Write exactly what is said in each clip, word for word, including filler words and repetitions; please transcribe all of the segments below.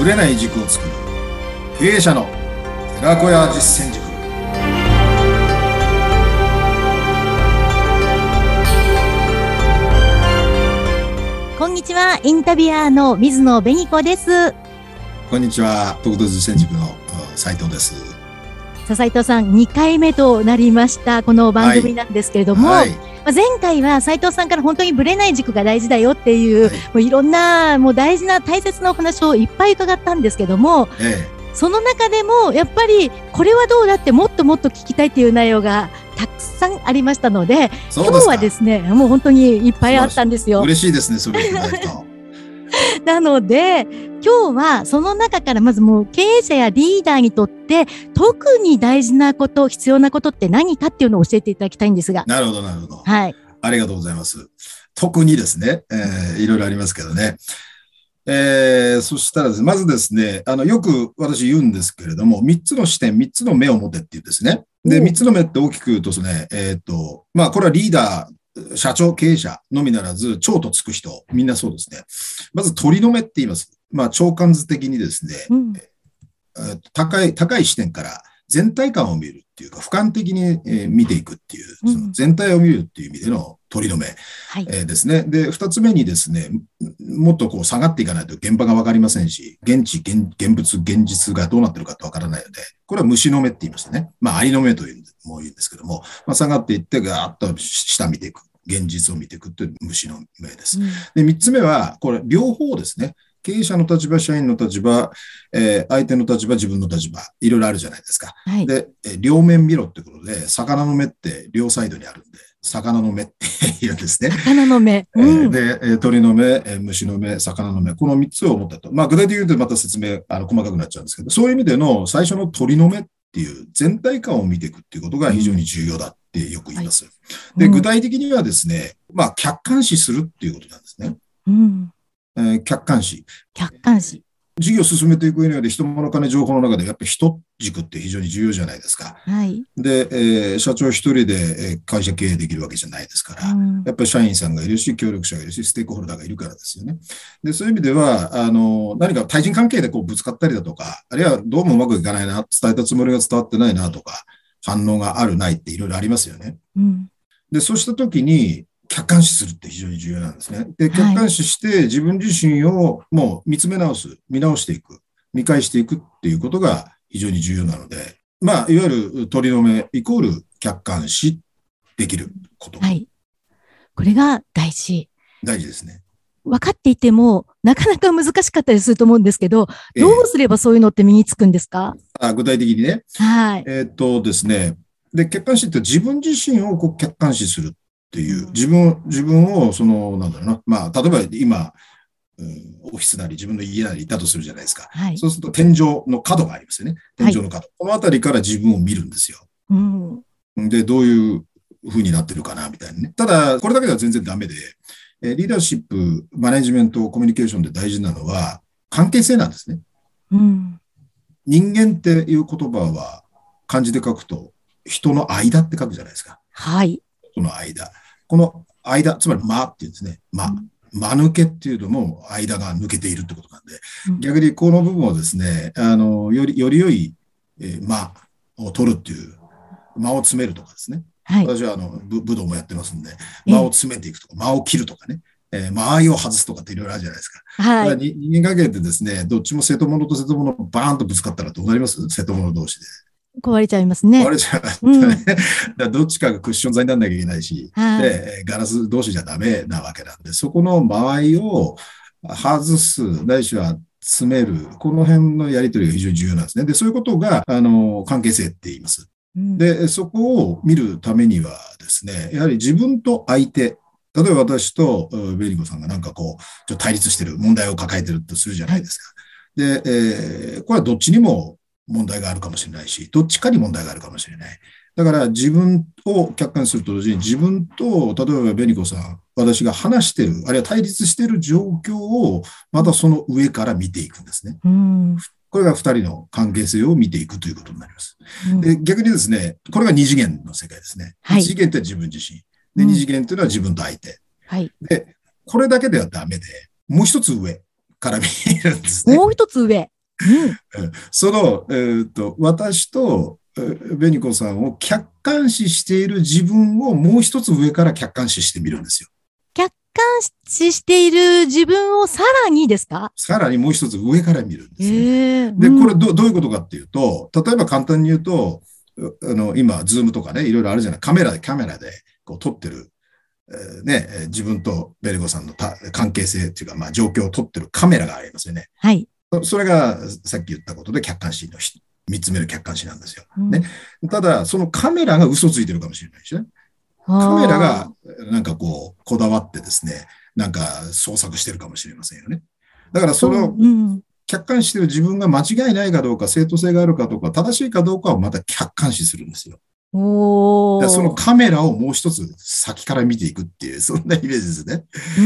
ぶれない軸を作る経営者の寺子屋実践塾。 こんにちは、インタビュアーの水野紅子です。 こんにちは、徳田実践塾の斉藤です。 斉藤さん、にかいめとなりましたこの番組なんですけれども、はいはい、まあ、前回は斉藤さんから本当にぶれない軸が大事だよっていう、はい、もういろんなもう大事な大切なお話をいっぱい伺ったんですけども、ええ、その中でもやっぱりこれはどうだってもっともっと聞きたいっていう内容がたくさんありましたので、今日はですね、もう本当にいっぱいあったんですよ。 嬉しいですね、それいただくと。 なので今日はその中からまずもう経営者やリーダーにとって特に大事なこと、必要なことって何かっていうのを教えていただきたいんですが。 なるほどなるほど、 はい、 ありがとうございます。特にですね、えー、いろいろありますけどね、えー、そしたらですね、まずですね、あのよく私言うんですけれども、みっつの視点、みっつの目を持てっていうんですね。で、みっつの目って大きく言うとですね、えっと、まあこれはリーダー、社長、経営者のみならず、長とつく人、みんなそうですね。まず鳥の目って言います。まあ、長官図的にですね、うん、高い、高い視点から全体感を見るっていうか、俯瞰的に、えー、見ていくっていう、その全体を見るっていう意味での鳥の目、はい、えー、ですね。で、二つ目にですね、もっとこう下がっていかないと現場がわかりませんし、現地、現、現物、現実がどうなってるかってわからないので、これは虫の目って言いましたね。まあ、アリの目というもう言うんですけども、まあ、下がっていってガーッと下見ていく。現実を見ていくという虫の目です。うん、で、三つ目は、これ、両方ですね。経営者の立場、社員の立場、えー、相手の立場、自分の立場、いろいろあるじゃないですか。はい、で、えー、両面見ろってことで、魚の目って両サイドにあるんで、魚の目って言うんですね。 魚の目。うん、 えー、で、えー、鳥の目、えー、虫の目、魚の目、この三つを持ったと。まあ、具体的に言うとまた説明、あの、細かくなっちゃうんですけど、そういう意味での最初の鳥の目っていう全体感を見ていくっていうことが非常に重要だってよく言います。うん、はい、で、具体的にはですね、まあ、客観視するっていうことなんですね。うん、えー、客観視。 客観視。 事業を進めていく上で人物金情報の中でやっぱり人軸って非常に重要じゃないですか。はい。で、えー、社長一人で会社経営できるわけじゃないですから、うん、やっぱり社員さんがいるし、協力者がいるし、ステークホルダーがいるからですよね。で、そういう意味では、あの、何か対人関係でこうぶつかったりだとか、あるいはどうもうまくいかないな、伝えたつもりが伝わってないなとか、反応があるないっていろいろありますよね。うん、で、そうしたときに、客観視するって非常に重要なんですね。で、客観視して自分自身をもう見つめ直す、見直していく、見返していくっていうことが非常に重要なので、まあ、いわゆる鳥の目イコール客観視できること。 はい。これが大事。 大事ですね。 分かっていても、なかなか難しかったりすると思うんですけど、どうすればそういうのって身につくんですか？ えー、あ具体的にね。 はい。 えー、っとですね。で、客観視って自分自身をこう客観視する。っていう、自分を、自分を、その、なんだろうな。まあ、例えば今、うん、オフィスなり自分の家なりいたとするじゃないですか。はい、そうすると天井の角がありますよね。天井の角。はい、このあたりから自分を見るんですよ。うん、で、どういう風になってるかな、みたいなね。ただ、これだけでは全然ダメで、えリーダーシップ、マネジメント、コミュニケーションで大事なのは、関係性なんですね。うん、人間っていう言葉は、漢字で書くと、人の間って書くじゃないですか。 はい。 その間。この間、つまり間っていうんですね。間。間抜けっていうのも間が抜けているってことなんで、うん、逆にこの部分をですね、あの、より、より良い、えー、間を取るっていう、間を詰めるとかですね。はい、私はあの、武道もやってますんで、間を詰めていくとか、間を切るとかね、えー、間合いを外すとかっていろいろあるじゃないですか。はい、人間関係ってですね、どっちも瀬戸物と瀬戸物バーンとぶつかったらどうなります？瀬戸物同士で。 壊れちゃいますね。 壊れちゃいますね。うん、だどっちかがクッション材にならなきゃいけないし、はい、で、ガラス同士じゃダメなわけなんで、そこの間合いを外す、ないしは詰める、この辺のやりとりが非常に重要なんですね。で、そういうことが、あの、関係性って言います。うん、で、そこを見るためにはですね、やはり自分と相手、例えば私とベリコさんがなんかこう、ちょっと対立してる、問題を抱えてるとするじゃないですか。はい、で、えー、これはどっちにも問題があるかもしれないし、どっちかに問題があるかもしれない。だから自分を客観視すると同時に自分と、例えばベニコさん、私が話してる、あるいは対立してる状況をまたその上から見ていくんですね。うん、これが二人の関係性を見ていくということになります。うん、で逆にですね、これが二次元の世界ですね。はい、一次元って自分自身。で、二次元というのは自分と相手。はい、で、これだけではダメで、もう一つ上から見るんですね。 もう一つ上。 その、えーと、私と、紅子さんを客観視している自分をもう一つ上から客観視してみるんですよ。 客観視している自分をさらにですか？ さらにもう一つ上から見るんですね。 えー、 で、これど、どういうことかっていうと、例えば簡単に言うと、あの、今、ズームとかね、いろいろあるじゃない。カメラで、カメラで、こう、撮ってる、えー、ね、自分とベルゴさんのた関係性っていうか、まあ、状況を撮ってるカメラがありますよね。 はい。 それが、さっき言ったことで客観視の、見つめる客観視なんですよ。ね。うん、ただ、そのカメラが嘘ついてるかもしれないしね。カメラが、なんかこう、こだわってですね、なんか創作してるかもしれませんよね。だから、その、うん客観視してる自分が間違いないかどうか、正当性があるかどうか、正しいかどうかをまた客観視するんですよ。 おそのカメラをもう一つ先から見ていくっていう、そんなイメージですね。 うん、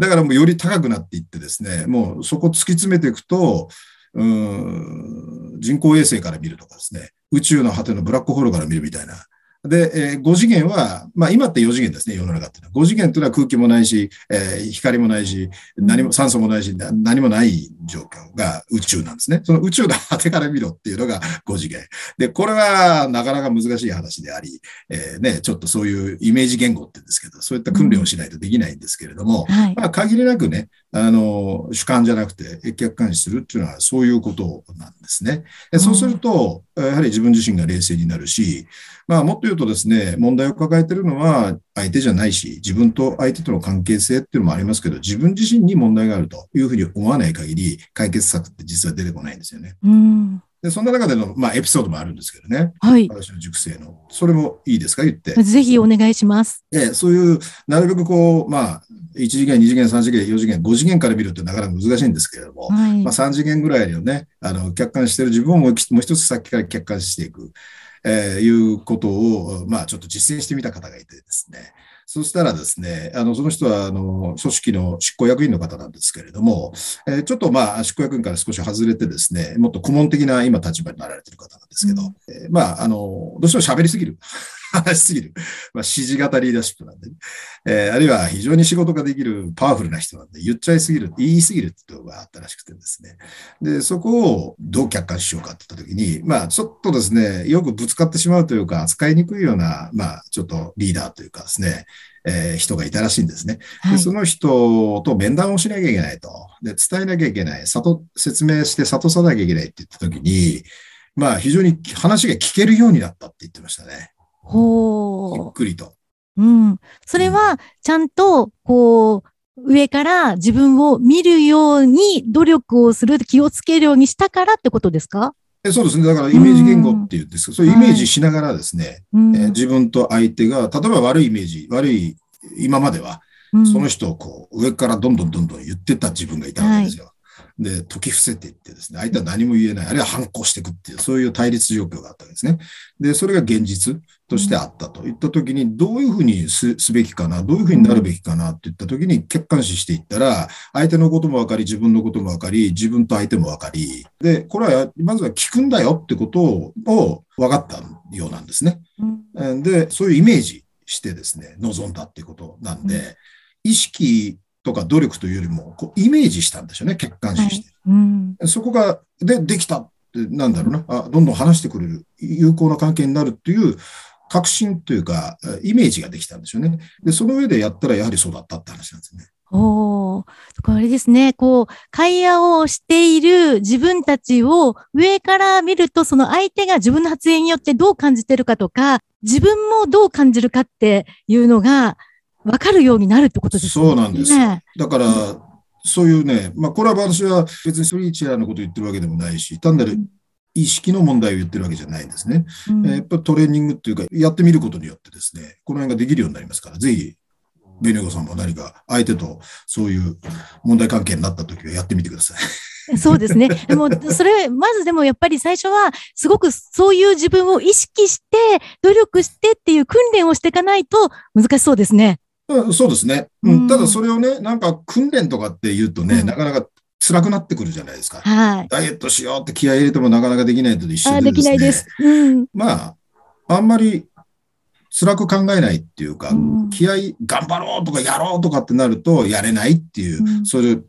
だからもうより高くなっていってですね、もうそこ突き詰めていくと、うーん人工衛星から見るとかですね、宇宙の果てのブラックホールから見るみたいな。で、えー、ご次元は、まあ今ってよ次元ですね、世の中っていうのは。ご次元っていうのは空気もないし、えー、光もないし、何も、酸素もないし、何もない状況が宇宙なんですね。その宇宙の果てから見ろっていうのがご次元。で、これはなかなか難しい話であり、えー、ね、ちょっとそういうイメージ言語って言うんですけど、そういった訓練をしないとできないんですけれども、うんはい、まあ限りなくね、あの、主観じゃなくて客観視するっていうのはそういうことなんですね。でそうすると、やはり自分自身が冷静になるし、まあもっと言うとですね、問題を抱えているのは相手じゃないし、自分と相手との関係性っていうのもありますけど、自分自身に問題があるというふうに思わない限り、解決策って実は出てこないんですよね。 うんでそんな中での、まあ、エピソードもあるんですけどね。 はい。 私の塾生の。それもいいですか言って。 ぜひお願いします。 ええ、そういう、なるべくこう、まあ、いち次元、に次元、さん次元、よ次元、ご次元から見るってなかなか難しいんですけれども、はい、まあさん次元ぐらいのね、あの、客観視している自分をもう一つ先から客観視していく、えー、いうことを、まあちょっと実践してみた方がいてですね。そしたらですね、あの、その人は、あの、組織の執行役員の方なんですけれども、えー、ちょっとまあ、執行役員から少し外れてですね、もっと顧問的な今立場になられている方なんですけど、うんえー、まあ、あの、どうしても喋りすぎる。話しすぎる。まあ、指示型リーダーシップなんで、ね、えー、あるいは非常に仕事ができるパワフルな人なんで、言っちゃいすぎる、言いすぎるってことがあったらしくてですね。で、そこをどう客観視しようかって言ったときに、まあ、ちょっとですね、よくぶつかってしまうというか、扱いにくいような、まあ、ちょっとリーダーというかですね、えー、人がいたらしいんですね。で、その人と面談をしなきゃいけないと。で、伝えなきゃいけない。悟、説明して諭さなきゃいけないって言ったときに、まあ、非常に話が聞けるようになったって言ってましたね。 ほう。 ゆっくりと。 うん。それは、ちゃんと、こう、上から自分を見るように努力をする、気をつけるようにしたからってことですか？ えそうですね。だからイメージ言語っていうんですけど、そういうイメージしながらですね、はいえー、自分と相手が、例えば悪いイメージ、悪い、今までは、その人をこう、上からどんどんどんどん言ってた自分がいたわけですよ。はいで、解き伏せていってですね、相手は何も言えない、あるいは反抗していくっていう、そういう対立状況があったわけですね。で、それが現実としてあったといったときに、どういうふうに す, すべきかな、どういうふうになるべきかなっていったときに、客観視していったら、相手のことも分かり、自分のことも分かり、自分と相手も分かり、で、これは、まずは聞くんだよってことを分かったようなんですね。で、そういうイメージしてですね、臨んだっていうことなんで、意識とか努力というよりも、こうイメージしたんですよね、客観視して。はいうん、そこが、で、できたって、なんだろうな、あ、どんどん話してくれる、有効な関係になるっていう、確信というか、イメージができたんですよね。で、その上でやったら、やはりそうだったって話なんですね。 おー、これですね、こう、会話をしている自分たちを上から見ると、その相手が自分の発言によってどう感じてるかとか、自分もどう感じるかっていうのが、わかるようになるってことですね。 そうなんですよ。だから、そういうね、まあ、これは私は別にスリーチェアのことを言ってるわけでもないし、単なる意識の問題を言ってるわけじゃないんですね。うん、やっぱりトレーニングっていうか、やってみることによってですね、この辺ができるようになりますから、ぜひ、ベニゴさんも何か相手とそういう問題関係になった時はやってみてください。 そうですね。でも、それ、まずでもやっぱり最初は、すごくそういう自分を意識して、努力してっていう訓練をしていかないと難しそうですね。 うん、そうですね、うん。ただそれをね、なんか訓練とかって言うとね、うん、なかなか辛くなってくるじゃないですか。 はい。 ダイエットしようって気合い入れてもなかなかできないと一緒でですね。あ、 できないです。うん。 まあ、あんまり辛く考えないっていうか、うん、気合い頑張ろうとかやろうとかってなるとやれないっていう、うん、そういう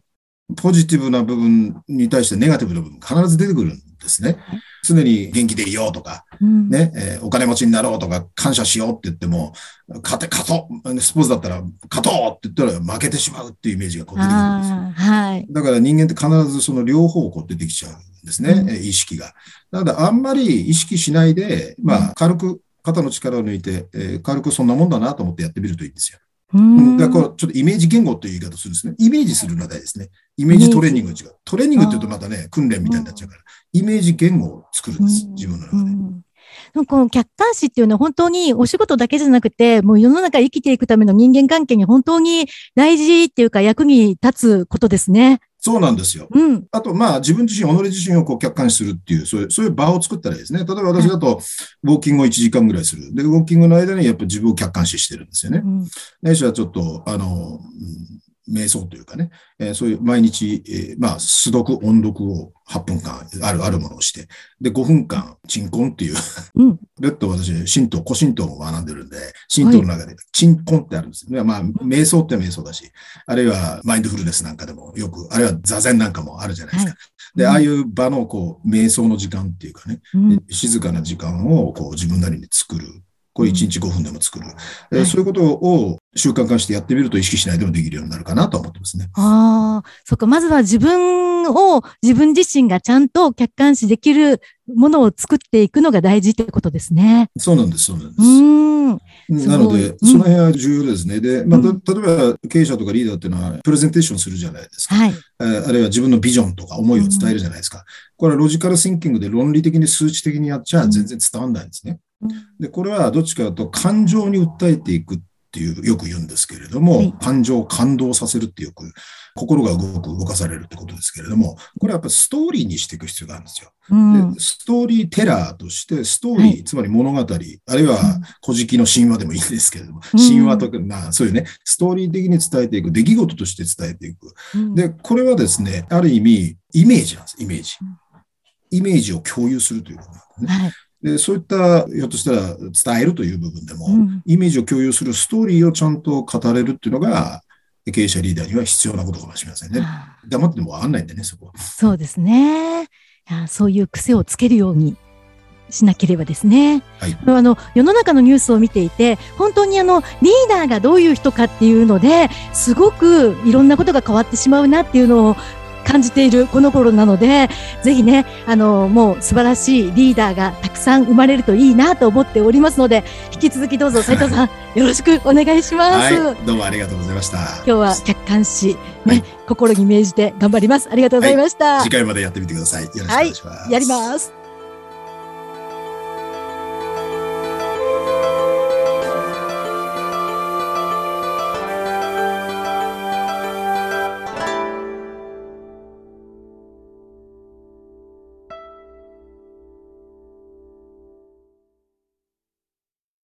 ポジティブな部分に対してネガティブな部分必ず出てくるんですね。常に元気でいようとか、うん、ね、えー、お金持ちになろうとか、感謝しようって言っても、勝て、勝とう、スポーツだったら勝とうって言ったら負けてしまうっていうイメージがこう出てくるんですよ。はい。だから人間って必ずその両方こう出てきちゃうんですね、うん、意識が。ただあんまり意識しないで、まあ軽く肩の力を抜いて、えー、軽くそんなもんだなと思ってやってみるといいんですよ。うん、だからちょっとイメージ言語という言い方をするんですね。イメージするのは大事ですね。イメージトレーニングが違う。トレーニングって言うとまたね、訓練みたいになっちゃうから、イメージ言語を作るんです。自分の中で。 うん、この客観視っていうのは本当にお仕事だけじゃなくて、もう世の中生きていくための人間関係に本当に大事っていうか役に立つことですね。 そうなんですよ。うん、あと、まあ、自分自身、己自身をこう客観視するっていう、そういう、そういう場を作ったらいいですね。例えば私だと、ウォーキングをいちじかんぐらいする。で、ウォーキングの間にやっぱ自分を客観視してるんですよね。うん、ないしはちょっと、あの、うん、瞑想というかね、えー、そういう毎日、えー、まあ、素読、音読をはっぷんかん、ある、あるものをして、で、ごふんかん、鎮魂っていう、うん、別途私、神道、古神道を学んでるんで、神道の中で、鎮魂ってあるんですよね。まあ、瞑想って瞑想だし、あるいはマインドフルネスなんかでもよく、あるいは座禅なんかもあるじゃないですか。はい、で、ああいう場の、こう、瞑想の時間っていうかね、うん、静かな時間を、こう、自分なりに作る。これいちにちごふんでも作る、うん、えーはい、そういうことを習慣化してやってみると意識しないでもできるようになるかなと思ってますね。 ああ、そっか。まずは自分を、自分自身がちゃんと客観視できるものを作っていくのが大事ってことですね。 そうなんです、そうなんです。うんなので、その辺は重要ですね。で、まあ、例えば経営者とかリーダーっていうのはプレゼンテーションするじゃないですか。はい、あるいは自分のビジョンとか思いを伝えるじゃないですか。これはロジカルシンキングで論理的に数値的にやっちゃ全然伝わんないんですね。で、これはどっちかというと感情に訴えていくっていう、よく言うんですけれども、はい、感情を感動させるってよく、心が動く、動かされるってことですけれども、これはやっぱりストーリーにしていく必要があるんですよ。うん、でストーリーテラーとして、ストーリー、はい、つまり物語、あるいは古事記の神話でもいいんですけれども、うん、神話とか、まあそういうね、ストーリー的に伝えていく、出来事として伝えていく。うん、で、これはですね、ある意味、イメージなんです、イメージ。イメージを共有するということなんですね。はいでそういった、ひょっとしたら伝えるという部分でも、うん、イメージを共有するストーリーをちゃんと語れるっていうのが、経営者リーダーには必要なことかもしれませんね。黙ってもわかんないんでね、そこは。 そうですね。いや、そういう癖をつけるようにしなければですね。はい、あの世の中のニュースを見ていて、本当にあのリーダーがどういう人かっていうので、すごくいろんなことが変わってしまうなっていうのを感じているこの頃なので、ぜひね、あの、もう素晴らしいリーダーがたくさん生まれるといいなと思っておりますので、引き続きどうぞ斉藤さん、よろしくお願いします。 はい、どうもありがとうございました。 今日は客観視、ね、はい、心に銘じて頑張ります。ありがとうございました。 はい、次回までやってみてください。よろしくお願いします。 はい、やります。